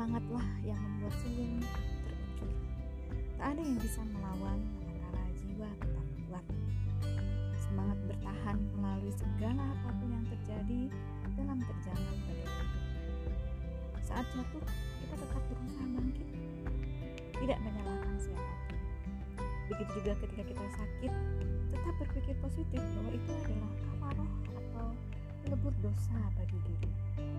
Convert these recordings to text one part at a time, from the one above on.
semangatlah yang membuat senyum terucur. Tak ada yang bisa melawan manakala jiwa tetap kuat. Semangat bertahan melalui segala apapun yang terjadi dalam perjalanan pada hidup. Saat jatuh, kita tetap berusaha bangkit, tidak menyalahkan siapapun. Begitu juga ketika kita sakit, tetap berpikir positif bahwa itu adalah kafaroh atau pelebur dosa bagi diri.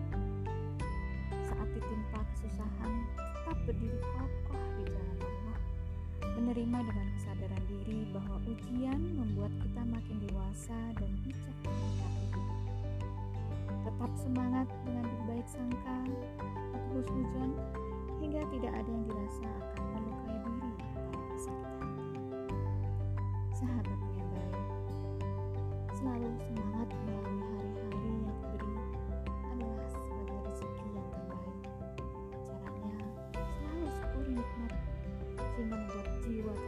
Saat ditimpa kesusahan, tetap berdiri kokoh di jalan Allah, menerima dengan kesadaran diri bahwa ujian membuat kita makin dewasa dan bijak menyikapi hidup. Tetap semangat dengan berbaik sangka atau husnuzon hingga tidak ada yang dirasa akan melukai diri atau sakit hati. Sahabatku yang baik, selalu semangat melalui hari-hari yang diberi adalah sebagai rezeki yang terbaik. Caranya selalu syukuri nikmat sehingga membuat jiwa